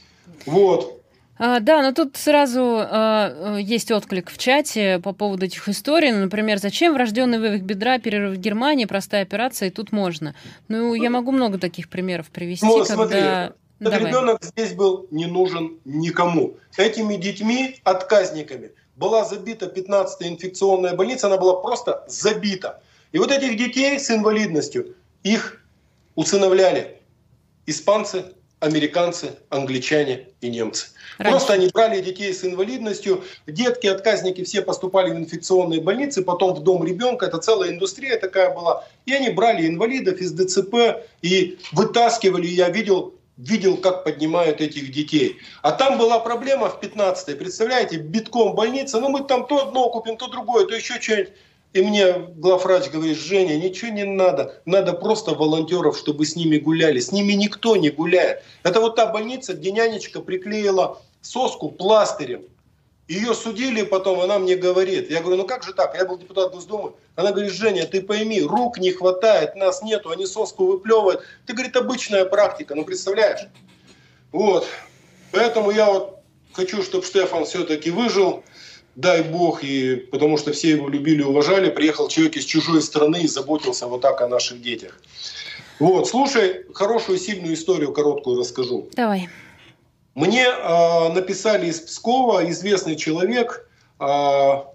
Вот. Да, но тут сразу есть отклик в чате по поводу этих историй. Например, зачем врожденный вывих бедра, перерыв в Германии, простая операция, и тут можно. Ну, я могу много таких примеров привести. Ну, когда... смотри, этот ребенок здесь был не нужен никому. Этими детьми, отказниками, была забита 15-я инфекционная больница, она была просто забита. И вот этих детей с инвалидностью, их усыновляли испанцы, американцы, англичане и немцы. Просто они брали детей с инвалидностью, детки, отказники все поступали в инфекционные больницы, потом в дом ребенка, это целая индустрия такая была. И они брали инвалидов из ДЦП и вытаскивали, я видел, как поднимают этих детей. А там была проблема в 15-й, представляете, битком больница, ну мы там то одно купим, то другое, то еще что-нибудь. И мне главврач говорит, Женя, ничего не надо, надо просто волонтеров, чтобы с ними гуляли. С ними никто не гуляет. Это вот та больница, где нянечка приклеила соску пластырем. Ее судили потом, она мне говорит. Я говорю, ну как же так? Я был депутат Госдумы. Она говорит, Женя, ты пойми, рук не хватает, нас нету, они соску выплевывают. Ты, говорит, обычная практика, ну представляешь? Вот. Поэтому я вот хочу, чтобы Штефан все-таки выжил. Дай бог, и потому что все его любили, уважали. Приехал человек из чужой страны и заботился вот так о наших детях. Вот, слушай, хорошую, сильную историю, короткую расскажу. Давай. Мне написали из Пскова известный человек, Павел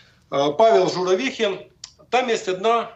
Журавихин. Там есть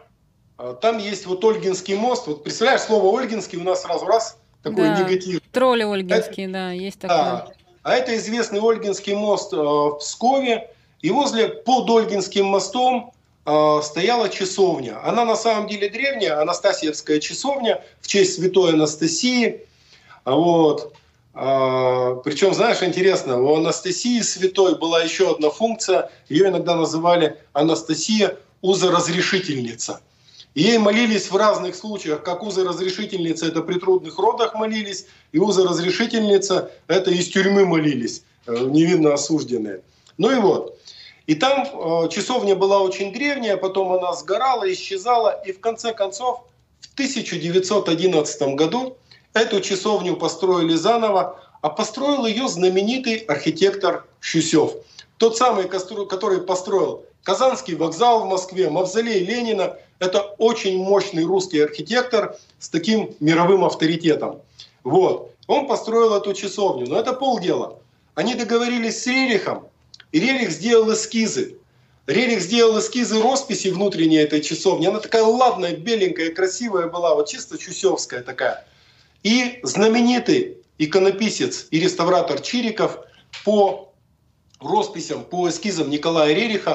вот Ольгинский мост. Вот представляешь, слово Ольгинский у нас сразу раз такой негатив. Тролли Ольгинские, да, есть такое. Да. А это известный Ольгинский мост в Пскове. И под Ольгинским мостом стояла часовня. Она на самом деле древняя, Анастасиевская часовня в честь святой Анастасии. Вот. Причем, знаешь, интересно, у Анастасии святой была еще одна функция. Ее иногда называли Анастасия узоразрешительница. И ей молились в разных случаях, как узоразрешительница, это при трудных родах молились, и узоразрешительница, это из тюрьмы молились, невинно осужденные. Ну и вот. И там часовня была очень древняя, потом она сгорала, исчезала, и в конце концов в 1911 году эту часовню построили заново, а построил ее знаменитый архитектор Щусев. Тот самый, который построил Казанский вокзал в Москве, мавзолей Ленина. Это очень мощный русский архитектор с таким мировым авторитетом. Вот. Он построил эту часовню. Но это полдела. Они договорились с Рерихом, и Рерих сделал эскизы. Рерих сделал эскизы росписи внутренней этой часовни. Она такая ладная, беленькая, красивая была, вот чисто чусевская такая. И знаменитый иконописец и реставратор Чириков по росписям, по эскизам Николая Рериха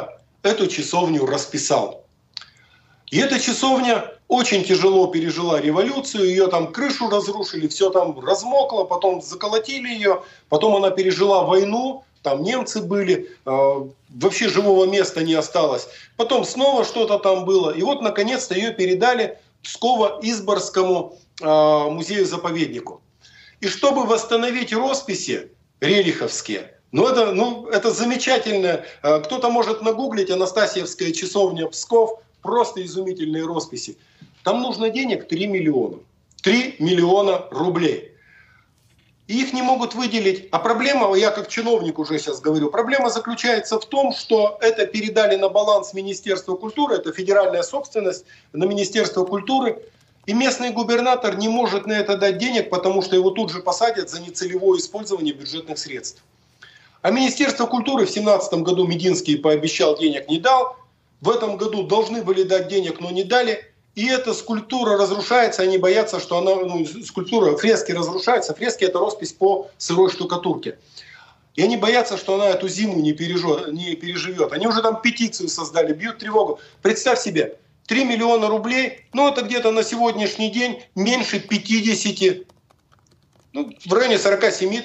эту часовню расписал. И эта часовня очень тяжело пережила революцию, ее там крышу разрушили, все там размокло, потом заколотили ее, потом она пережила войну, там немцы были, вообще живого места не осталось. Потом снова что-то там было, и вот наконец-то ее передали Псково-Изборскому музею-заповеднику. И чтобы восстановить росписи рериховские, это замечательно, кто-то может нагуглить Анастасьевская часовня Псков, просто изумительные росписи. Там нужно денег 3 миллиона. 3 миллиона рублей. И их не могут выделить. А проблема, я как чиновник уже сейчас говорю, проблема заключается в том, что это передали на баланс Министерства культуры, это федеральная собственность на Министерство культуры, и местный губернатор не может на это дать денег, потому что его тут же посадят за нецелевое использование бюджетных средств. А Министерство культуры в 2017 году Мединский пообещал, денег не дал. В этом году должны были дать денег, но не дали. И эта скульптура разрушается, они боятся, что она, скульптура, фрески разрушаются. Фрески — это роспись по сырой штукатурке. И они боятся, что она эту зиму не переживет. Они уже там петицию создали, бьют тревогу. Представь себе, 3 миллиона рублей, это где-то на сегодняшний день меньше 50, в районе 47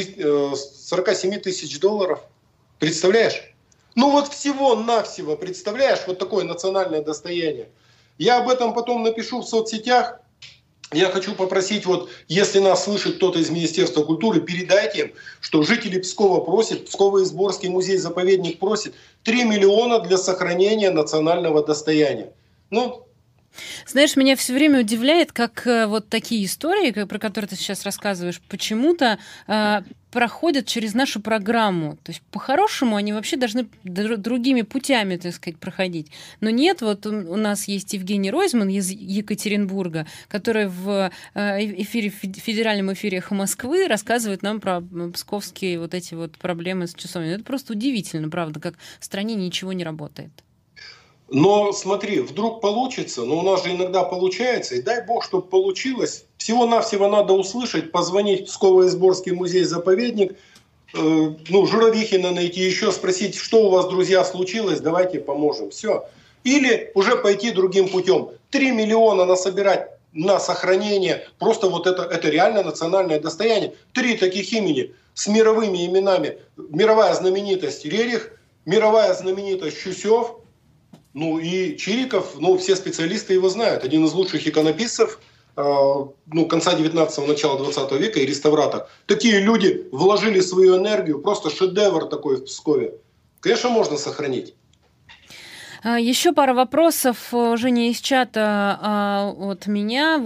тысяч долларов. Представляешь? Всего-навсего, представляешь, вот такое национальное достояние. Я об этом потом напишу в соцсетях. Я хочу попросить, если нас слышит кто-то из Министерства культуры, передайте им, что жители Пскова просят, Псково-Изборский музей-заповедник просит 3 миллиона для сохранения национального достояния. Знаешь, меня все время удивляет, как вот такие истории, про которые ты сейчас рассказываешь, почему-то проходят через нашу программу. То есть по-хорошему они вообще должны другими путями, так сказать, проходить. Но нет, у нас есть Евгений Ройзман из Екатеринбурга, который в федеральном эфире «Эхо Москвы» рассказывает нам про псковские эти проблемы с часовней. Это просто удивительно, правда, как в стране ничего не работает. Но смотри, вдруг получится, у нас же иногда получается, и дай бог, чтобы получилось. Всего-навсего надо услышать, позвонить в Псково-Изборский музей-заповедник, Журавихина найти, еще спросить, что у вас, друзья, случилось, давайте поможем. Все. Или уже пойти другим путем. 3 миллиона насобирать на сохранение, просто это реально национальное достояние. 3 таких имени с мировыми именами. Мировая знаменитость Рерих, мировая знаменитость Щусев, и Чириков, все специалисты его знают. Один из лучших иконописцев конца 19-го, начала 20 века и реставратор. Такие люди вложили свою энергию, просто шедевр такой в Пскове. Конечно, можно сохранить. Еще пара вопросов уже не из чата от меня.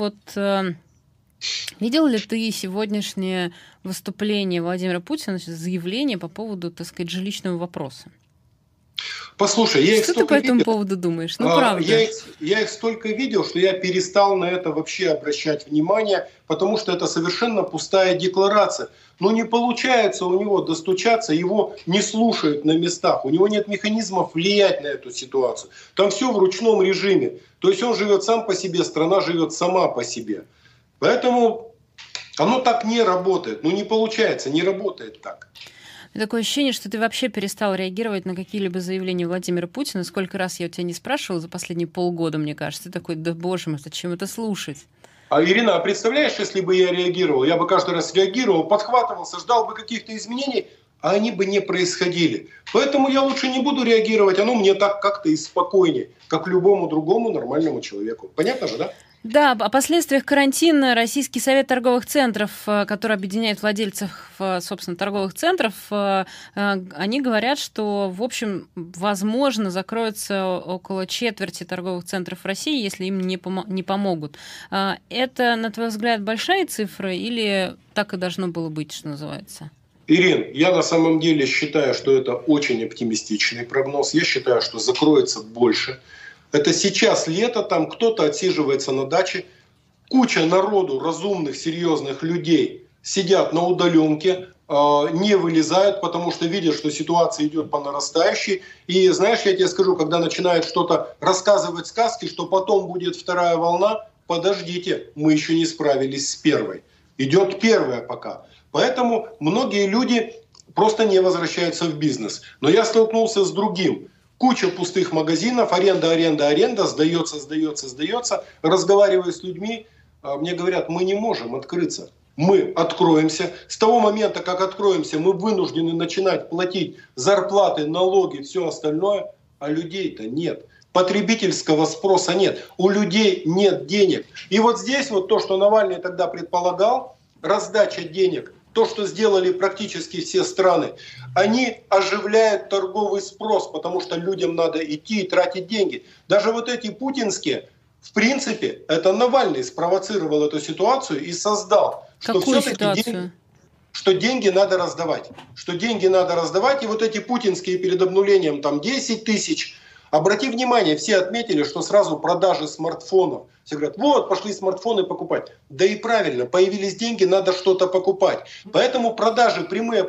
Видел ли ты сегодняшнее выступление Владимира Путина, заявление по поводу, так сказать, жилищного вопроса? Послушай, я их Что ты по этому поводу думаешь? Правда. Я их столько видел, что я перестал на это вообще обращать внимание, потому что это совершенно пустая декларация. Не получается у него достучаться, его не слушают на местах, у него нет механизмов влиять на эту ситуацию. Там все в ручном режиме. То есть он живет сам по себе, страна живет сама по себе. Поэтому оно так не работает. Не получается, не работает так. Такое ощущение, что ты вообще перестал реагировать на какие-либо заявления Владимира Путина. Сколько раз я у тебя не спрашивала за последние полгода, мне кажется. Ты такой, да боже мой, зачем это слушать? Ирина, представляешь, если бы я реагировал, я бы каждый раз реагировал, подхватывался, ждал бы каких-то изменений, а они бы не происходили. Поэтому я лучше не буду реагировать, оно мне так как-то и спокойнее, как любому другому нормальному человеку. Понятно же, да? Да, о последствиях карантина Российский совет торговых центров, который объединяет владельцев, собственно, торговых центров, они говорят, что, в общем, возможно, закроется около четверти торговых центров в России, если им не помогут. Это, на твой взгляд, большая цифра или так и должно было быть, что называется? Ирин, я на самом деле считаю, что это очень оптимистичный прогноз. Я считаю, что закроется больше. Это сейчас лето, там кто-то отсиживается на даче, куча народу, разумных, серьезных людей сидят на удаленке, не вылезают, потому что видят, что ситуация идет по нарастающей. И знаешь, я тебе скажу, когда начинают что-то рассказывать сказки, что потом будет вторая волна, подождите, мы еще не справились с первой. Идет первая пока. Поэтому многие люди просто не возвращаются в бизнес. Но я столкнулся с другим. куча пустых магазинов, аренда, сдается. Разговаривая с людьми, мне говорят, мы не можем открыться. Мы откроемся. С того момента, как откроемся, мы вынуждены начинать платить зарплаты, налоги, все остальное, а людей-то нет. Потребительского спроса нет. У людей нет денег. И вот здесь вот то, что Навальный тогда предполагал, раздача денег, то, что сделали практически все страны, они оживляют торговый спрос, потому что людям надо идти и тратить деньги. Даже вот эти путинские, в принципе, это Навальный спровоцировал эту ситуацию и создал, что все-таки деньги надо раздавать. Что деньги надо раздавать, и вот эти путинские перед обнулением там 10 тысяч. Обрати внимание, все отметили, что сразу продажи смартфонов. Все говорят, вот, пошли смартфоны покупать. Да и правильно, появились деньги, надо что-то покупать. Поэтому продажи, прямая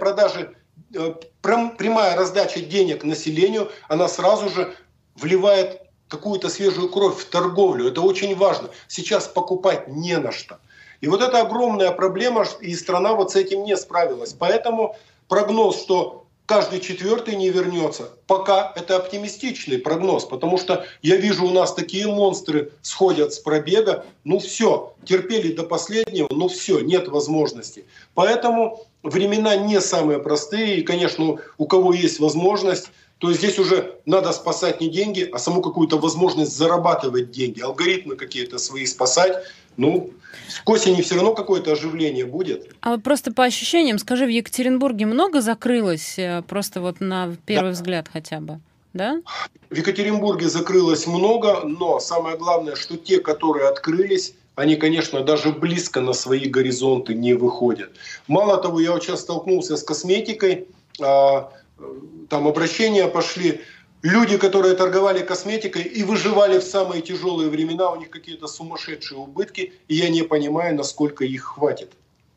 раздача денег населению, она сразу же вливает какую-то свежую кровь в торговлю. Это очень важно. Сейчас покупать не на что. И вот это огромная проблема, и страна вот с этим не справилась. Поэтому прогноз, что каждый четвертый не вернется, пока это оптимистичный прогноз, потому что я вижу, у нас такие монстры сходят с пробега, ну все, терпели до последнего, ну все, нет возможности. Поэтому времена не самые простые, и, конечно, у кого есть возможность, то здесь уже надо спасать не деньги, а саму какую-то возможность зарабатывать деньги, алгоритмы какие-то свои спасать. Ну, к осени все равно какое-то оживление будет. А просто по ощущениям, скажи, в Екатеринбурге много закрылось, просто вот на первый взгляд хотя бы, да? В Екатеринбурге закрылось много, но самое главное, что те, которые открылись, они, конечно, даже близко на свои горизонты не выходят. Мало того, я вот сейчас столкнулся с косметикой, там обращения пошли. Люди, которые торговали косметикой и выживали в самые тяжелые времена, у них какие-то сумасшедшие убытки, и я не понимаю, насколько их хватит.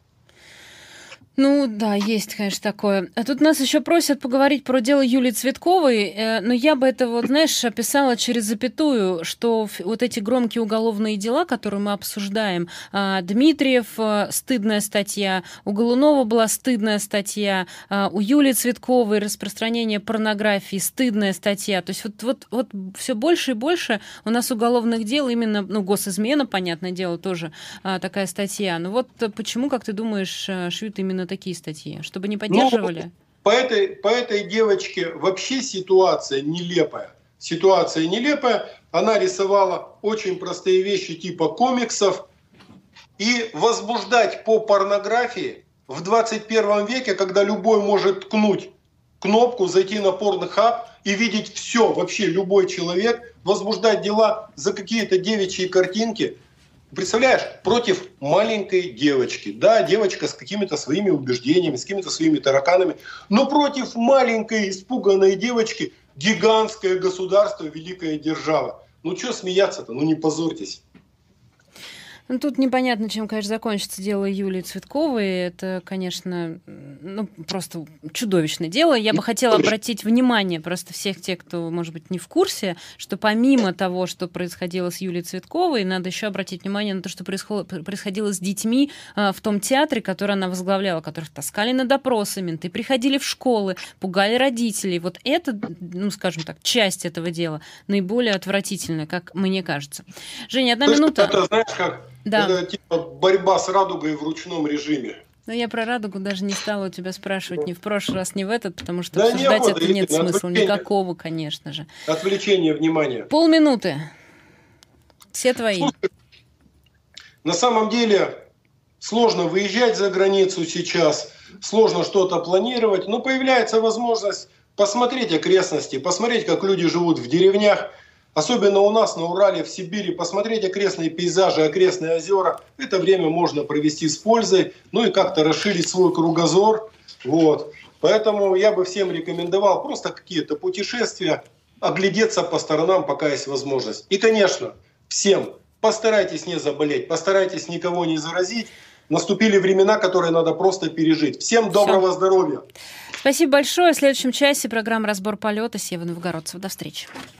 Ну да, есть, конечно, такое. А тут нас еще просят поговорить про дело Юлии Цветковой, но я бы это, вот, знаешь, описала через запятую, что вот эти громкие уголовные дела, которые мы обсуждаем, Дмитриев, стыдная статья, у Голунова была стыдная статья, у Юлии Цветковой распространение порнографии, стыдная статья. То есть вот все больше и больше у нас уголовных дел, именно, ну, госизмена, понятное дело, тоже такая статья. Но вот почему, как ты думаешь, шьют именно такие статьи, чтобы не поддерживали? Ну, по этой девочке вообще ситуация нелепая. Ситуация нелепая. Она рисовала очень простые вещи типа комиксов. И возбуждать по порнографии в 21 веке, когда любой может ткнуть кнопку, зайти на Pornhub и видеть все, вообще любой человек, возбуждать дела за какие-то девичьи картинки. Представляешь, против маленькой девочки. Да, девочка с какими-то своими убеждениями, с какими-то своими тараканами. Но против маленькой испуганной девочки гигантское государство, великая держава. Ну что смеяться-то? Ну не позорьтесь. Ну, тут непонятно, чем, конечно, закончится дело Юлии Цветковой. Это, конечно, ну, просто чудовищное дело. Я бы хотела обратить внимание просто всех тех, кто, может быть, не в курсе, что помимо того, что происходило с Юлией Цветковой, надо еще обратить внимание на то, что происходило с детьми в том театре, который она возглавляла, которых таскали на допросы, менты приходили в школы, пугали родителей. Вот это, ну, скажем так, часть этого дела наиболее отвратительная, как мне кажется. Женя, 1 минута. Это, знаешь, как... Да. Это типа борьба с радугой в ручном режиме. Но я про радугу даже не стала у тебя спрашивать ни в прошлый раз, ни в этот, потому что да обсуждать это нет смысла никакого, конечно же. Отвлечение внимания. Полминуты. Все твои. Слушай, на самом деле сложно выезжать за границу сейчас, сложно что-то планировать, но появляется возможность посмотреть окрестности, посмотреть, как люди живут в деревнях. Особенно у нас на Урале, в Сибири, посмотреть окрестные пейзажи, окрестные озера. Это время можно провести с пользой, ну и как-то расширить свой кругозор. Вот. Поэтому я бы всем рекомендовал просто какие-то путешествия, оглядеться по сторонам, пока есть возможность. И, конечно, всем постарайтесь не заболеть, постарайтесь никого не заразить. Наступили времена, которые надо просто пережить. Всем доброго здоровья! Спасибо большое. В следующем часе программа «Разбор полета» с Евой Новгородцевой. До встречи.